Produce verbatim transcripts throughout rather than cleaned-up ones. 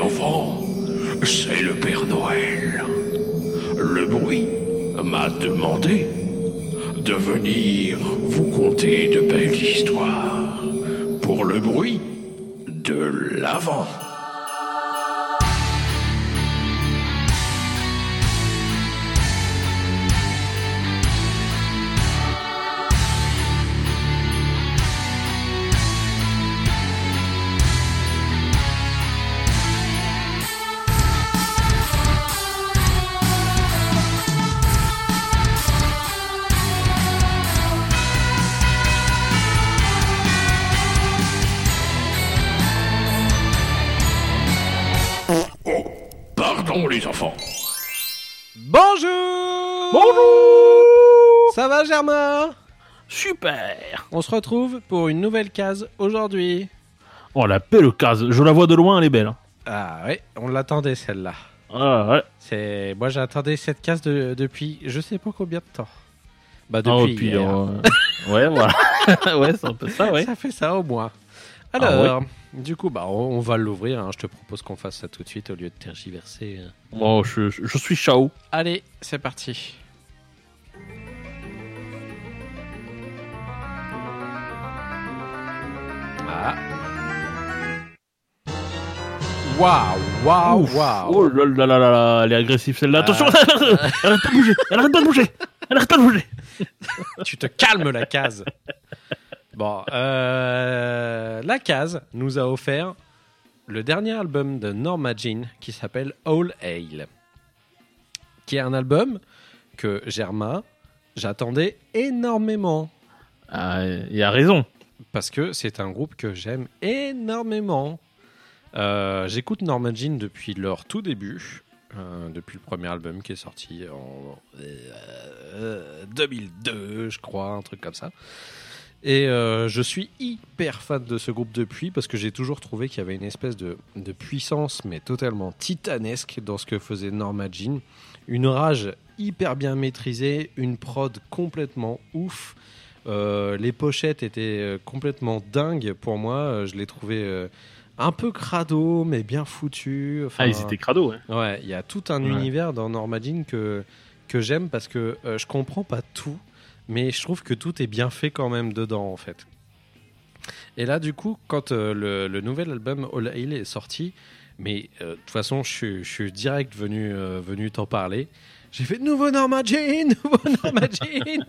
enfants, c'est le Père Noël. Le bruit m'a demandé de venir vous conter de belles histoires pour le bruit de l'Avent. Pardon les enfants. Bonjour. Bonjour. Ça va Germain? Super. On se retrouve pour une nouvelle case aujourd'hui. Oh la belle case, je la vois de loin, elle est belle. Hein. Ah ouais, on l'attendait celle-là. Ah ouais. C'est... Moi j'attendais cette case de... depuis je sais pas combien de temps. Bah Ah, depuis puis, hier. euh, ouais, voilà. Ouais, c'est un peu ça, ouais. Ça fait ça au moins. Alors, Ah ouais. du coup, bah, on, on va l'ouvrir. Hein. Je te propose qu'on fasse ça tout de suite au lieu de tergiverser. Oh, je, je, je suis chaud. Allez, c'est parti. Ah. Waouh, waouh, Ouf. waouh. Oh là là là là là, elle est agressive celle-là. Attention, elle arrête pas de bouger. Elle arrête pas de bouger. Elle arrête pas de bouger. Tu te calmes la case. Bon, euh, la case nous a offert le dernier album de Norma Jean qui s'appelle All Hail, qui est un album que Germain, j'attendais énormément Ah, il a raison. parce que c'est un groupe que j'aime énormément. Euh, j'écoute Norma Jean depuis leur tout début, euh, depuis le premier album qui est sorti en euh, deux mille deux, je crois, un truc comme ça. Et euh, je suis hyper fan de ce groupe depuis parce que j'ai toujours trouvé qu'il y avait une espèce de, de puissance mais totalement titanesque dans ce que faisait Norma Jean. Une rage hyper bien maîtrisée, une prod complètement ouf. Euh, les pochettes étaient euh, complètement dingues pour moi. Euh, je les trouvais euh, un peu crado mais bien foutus. Enfin, Ah, ils étaient crado, ouais. ouais, il y a tout un Ouais. univers dans Norma Jean que, que j'aime parce que euh, je comprends pas tout. Mais je trouve que tout est bien fait quand même dedans, en fait. Et là, du coup, quand euh, le, le nouvel album All Hail est sorti, mais euh, de toute façon, je suis, je suis direct venu, euh, venu t'en parler. J'ai fait nouveau Norma Jean, nouveau Norma Jean.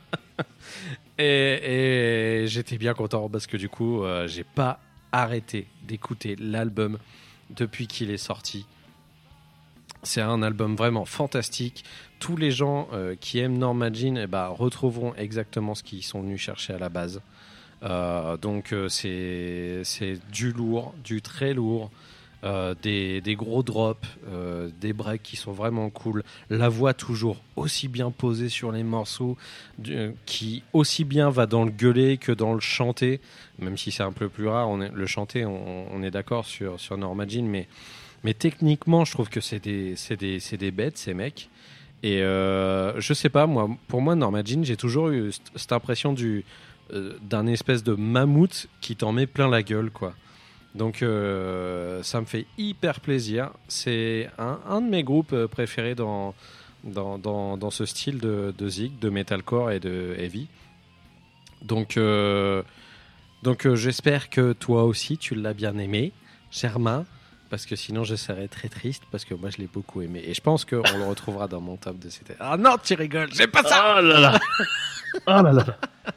et, et j'étais bien content parce que du coup, euh, j'ai pas arrêté d'écouter l'album depuis qu'il est sorti. C'est un album vraiment fantastique. Tous les gens euh, qui aiment Norma Jean eh ben, retrouveront exactement ce qu'ils sont venus chercher à la base. Euh, donc euh, c'est, c'est du lourd, du très lourd, euh, des, des gros drops, euh, des breaks qui sont vraiment cool. La voix toujours aussi bien posée sur les morceaux, du, euh, qui aussi bien va dans le gueuler que dans le chanter. Même si c'est un peu plus rare, on est, le chanter, on, on est d'accord sur, sur Norma Jean, mais... Mais techniquement, je trouve que c'est des, c'est des, c'est des bêtes, ces mecs. Et euh, je sais pas, moi, pour moi, Norma Jean, j'ai toujours eu cette, cette impression du, euh, d'un espèce de mammouth qui t'en met plein la gueule, quoi. Donc, euh, ça me fait hyper plaisir. C'est un, un de mes groupes préférés dans, dans, dans, dans ce style de, de zig, de metalcore et de heavy. Donc, euh, donc euh, j'espère que toi aussi, tu l'as bien aimé, Germain. Parce que sinon je serais très triste parce que moi je l'ai beaucoup aimé et je pense qu'on le retrouvera dans mon top de cette... Ah non, tu rigoles, j'ai pas ça. Oh là là. Oh là là.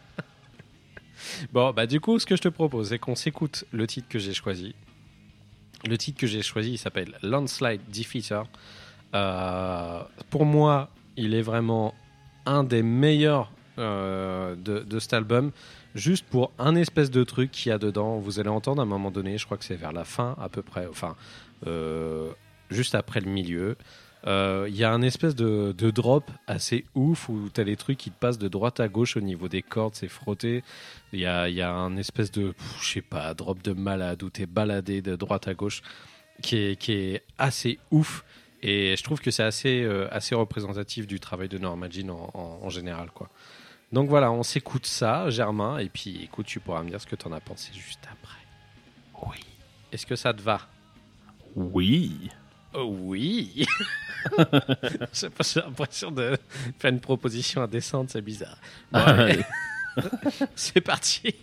Bon bah du coup ce que je te propose c'est qu'on s'écoute le titre que j'ai choisi. Le titre que j'ai choisi il s'appelle Landslide Defeater. Euh, pour moi il est vraiment un des meilleurs euh, de, de cet album. Juste pour un espèce de truc qu'il y a dedans, vous allez entendre à un moment donné, je crois que c'est vers la fin à peu près, enfin euh, juste après le milieu, il euh, y a un espèce de, de drop assez ouf où tu as les trucs qui te passent de droite à gauche au niveau des cordes, c'est frotté, il y a, y a un espèce de, je sais pas, drop de malade où tu es baladé de droite à gauche qui est, qui est assez ouf et je trouve que c'est assez, euh, assez représentatif du travail de Norma Jean en, en, en général, quoi. Donc voilà, on s'écoute ça, Germain, et puis écoute, tu pourras me dire ce que tu en as pensé juste après. Oui. Est-ce que ça te va ? Oui. Oh oui. J'ai pas j'ai l'impression de faire une proposition indécente, c'est bizarre. Bon, allez. C'est parti.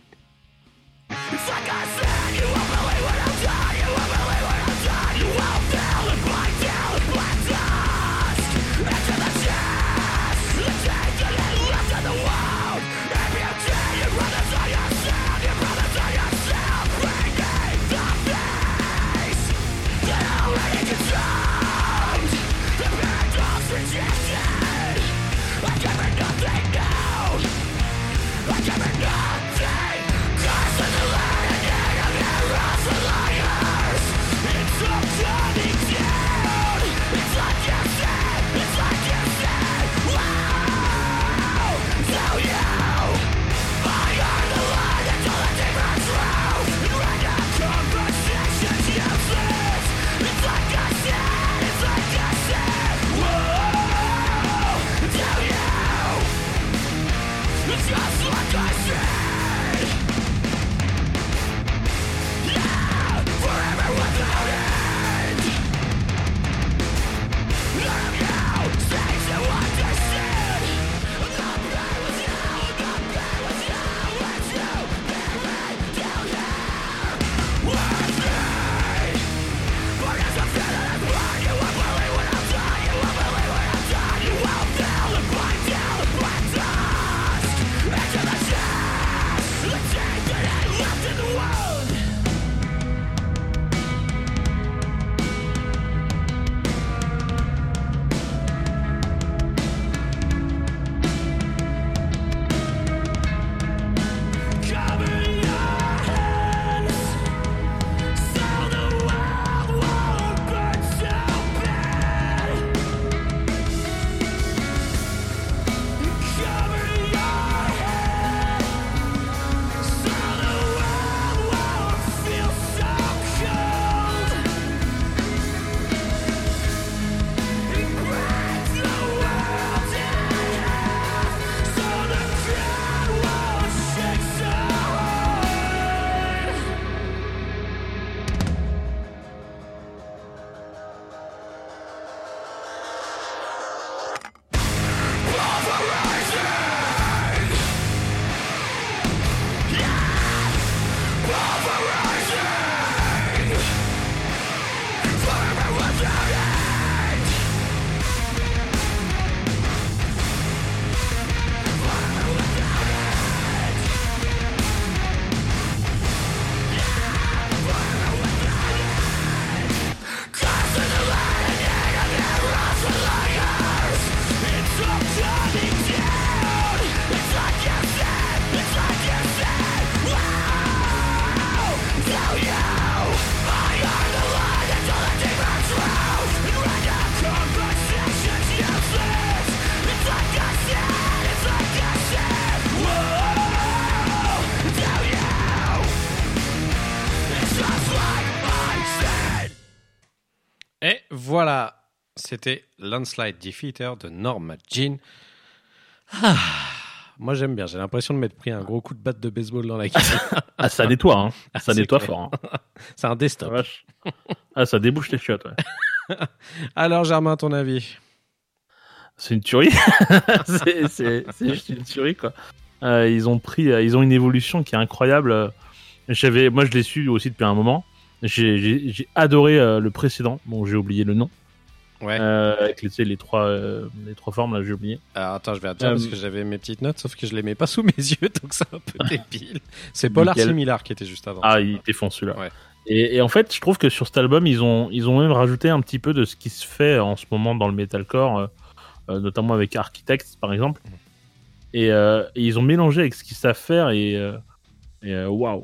Et voilà, c'était Landslide Defeater de Norma Jean. Ah, moi j'aime bien, j'ai l'impression de m'être pris un gros coup de batte de baseball dans la gueule. Ah, ça nettoie, hein. Ah, Ça c'est nettoie clair. fort. Hein. C'est un desktop. Ah, vache. Ah, ça débouche les chiottes, ouais. Alors Germain, ton avis? C'est une tuerie. c'est, c'est, c'est juste une tuerie, quoi. Euh, ils ont pris, euh, ils ont une évolution qui est incroyable. J'avais, moi, je l'ai su aussi depuis un moment. J'ai, j'ai, j'ai adoré euh, le précédent. Bon, j'ai oublié le nom. Ouais. Euh, avec les, tu sais, les trois, euh, les trois formes là, j'ai oublié. Alors attends, je vais attendre Euh, parce que j'avais mes petites notes, sauf que je les mets pas sous mes yeux, donc c'est un peu débile. C'est Polar Nickel. Similar qui était juste avant. Ah, il était fond celui-là. Ouais. Et, et en fait, je trouve que sur cet album, ils ont, ils ont même rajouté un petit peu de ce qui se fait en ce moment dans le metalcore, euh, euh, notamment avec Architects par exemple. Et, euh, et ils ont mélangé avec ce qu'ils savent faire et euh, et, euh, waouh,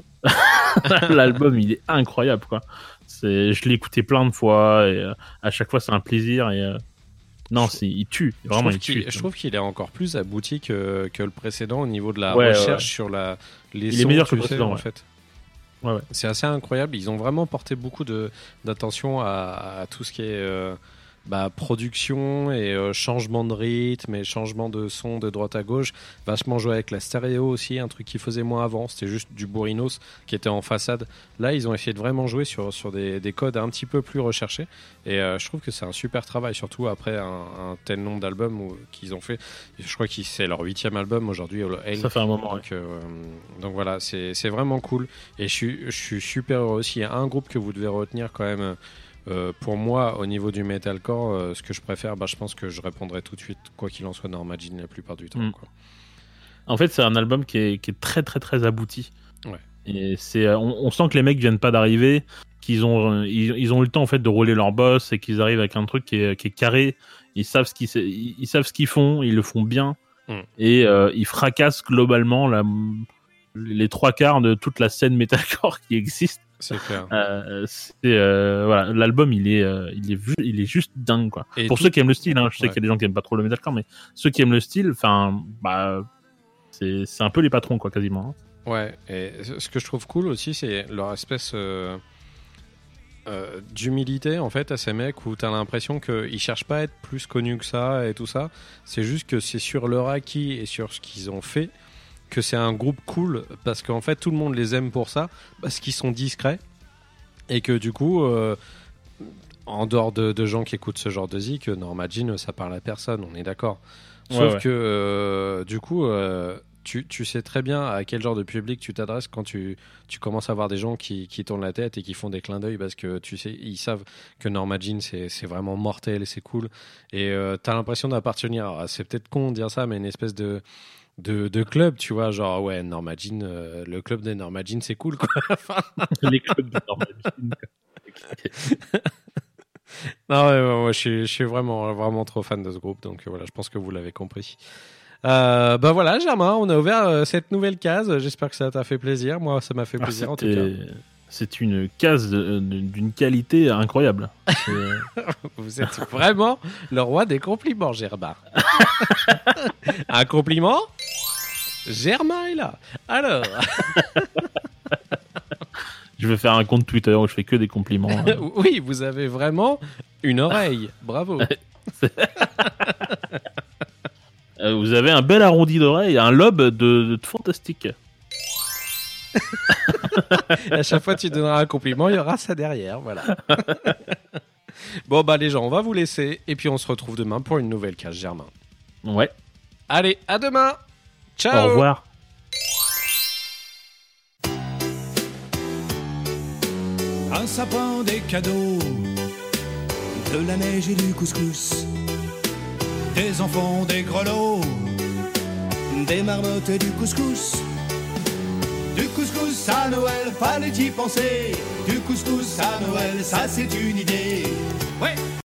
l'album il est incroyable quoi. C'est, je l'ai écouté plein de fois et euh, à chaque fois c'est un plaisir et euh, non, c'est, il tue Je vraiment, trouve, il tue. qu'il, je trouve qu'il est encore plus abouti que, que le précédent au niveau de la Ouais, recherche ouais. sur la, les Il est sons, meilleur tu que le sais, précédent, en ouais. fait. Ouais, ouais. C'est assez incroyable. Ils ont vraiment porté beaucoup de, d'attention à, à tout ce qui est euh, bah, production et euh, changement de rythme et changement de son de droite à gauche. Vachement joué avec la stéréo aussi, un truc qu'ils faisaient moins avant. C'était juste du bourrinos qui était en façade. Là, ils ont essayé de vraiment jouer sur, sur des, des codes un petit peu plus recherchés. Et euh, je trouve que c'est un super travail, surtout après un, un tel nombre d'albums où, qu'ils ont fait. Je crois que c'est leur huitième album aujourd'hui. Hail. Ça fait un moment. Donc, euh, donc voilà, c'est, c'est vraiment cool. Et je suis, je suis super heureux. S'il y a un groupe que vous devez retenir quand même, euh, pour moi, au niveau du metalcore, euh, ce que je préfère, bah, je pense que je répondrai tout de suite, quoi qu'il en soit, Norma Jean la plupart du temps. Mm. Quoi. En fait, c'est un album qui est, qui est très très très abouti. Ouais. Et c'est, on, on sent que les mecs viennent pas d'arriver, qu'ils ont, ils, ils ont eu le temps en fait de rouler leur boss et qu'ils arrivent avec un truc qui est, qui est carré. Ils savent ce qu'ils, ils, ils savent ce qu'ils font, ils le font bien mm. et euh, ils fracassent globalement la, les trois quarts de toute la scène metalcore qui existe. C'est clair. Euh, c'est, euh, voilà, l'album il est, euh, il est, vu, il est juste dingue quoi. Et Pour tout... ceux qui aiment le style, hein, je sais ouais. qu'il y a des gens qui aiment pas trop le metalcore, mais ceux qui aiment le style, enfin, bah, c'est, c'est un peu les patrons quoi, quasiment. Hein. Ouais. Et ce que je trouve cool aussi, c'est leur espèce euh, euh, d'humilité en fait à ces mecs où t'as l'impression qu'ils cherchent pas à être plus connus que ça et tout ça. C'est juste que c'est sur leur acquis et sur ce qu'ils ont fait que c'est un groupe cool parce qu'en fait tout le monde les aime pour ça parce qu'ils sont discrets et que du coup euh, en dehors de, de gens qui écoutent ce genre de zik, Norma Jean ça parle à personne, on est d'accord, sauf ouais, ouais. que euh, du coup euh, tu, tu sais très bien à quel genre de public tu t'adresses quand tu, tu commences à voir des gens qui, qui tournent la tête et qui font des clins d'œil parce que tu sais, ils savent que Norma Jean c'est, c'est vraiment mortel et c'est cool et euh, t'as l'impression d'appartenir, alors, c'est peut-être con de dire ça, mais une espèce de De, de club, tu vois, genre ouais, Norma Jean, euh, le club de Norma Jean, c'est cool quoi. Les clubs de Norma Jean. Non, ouais, ouais, ouais, je suis, je suis vraiment, vraiment trop fan de ce groupe, donc euh, voilà, je pense que vous l'avez compris. Euh, bah voilà, Germain, on a ouvert euh, cette nouvelle case. J'espère que ça t'a fait plaisir. Moi, ça m'a fait plaisir ah, en tout cas. C'est une case de, de, d'une qualité incroyable. Vous êtes vraiment le roi des compliments, Germain. Un compliment, Germain est là. Alors. Je vais faire un compte Twitter où je fais que des compliments. Oui, vous avez vraiment une oreille. Bravo. Vous avez un bel arrondi d'oreille, un lobe de, de, de fantastique. À chaque fois que tu donneras un compliment, il y aura ça derrière, voilà. Bon bah les gens, on va vous laisser et puis on se retrouve demain pour une nouvelle case, Germain. Ouais. Allez, à demain. Ciao. Au revoir. Un sapin, des cadeaux, de la neige et du couscous, des enfants, des grelots, des marmottes et du couscous. Du couscous à Noël, fallait y penser. Du couscous à Noël, ça c'est une idée. Ouais.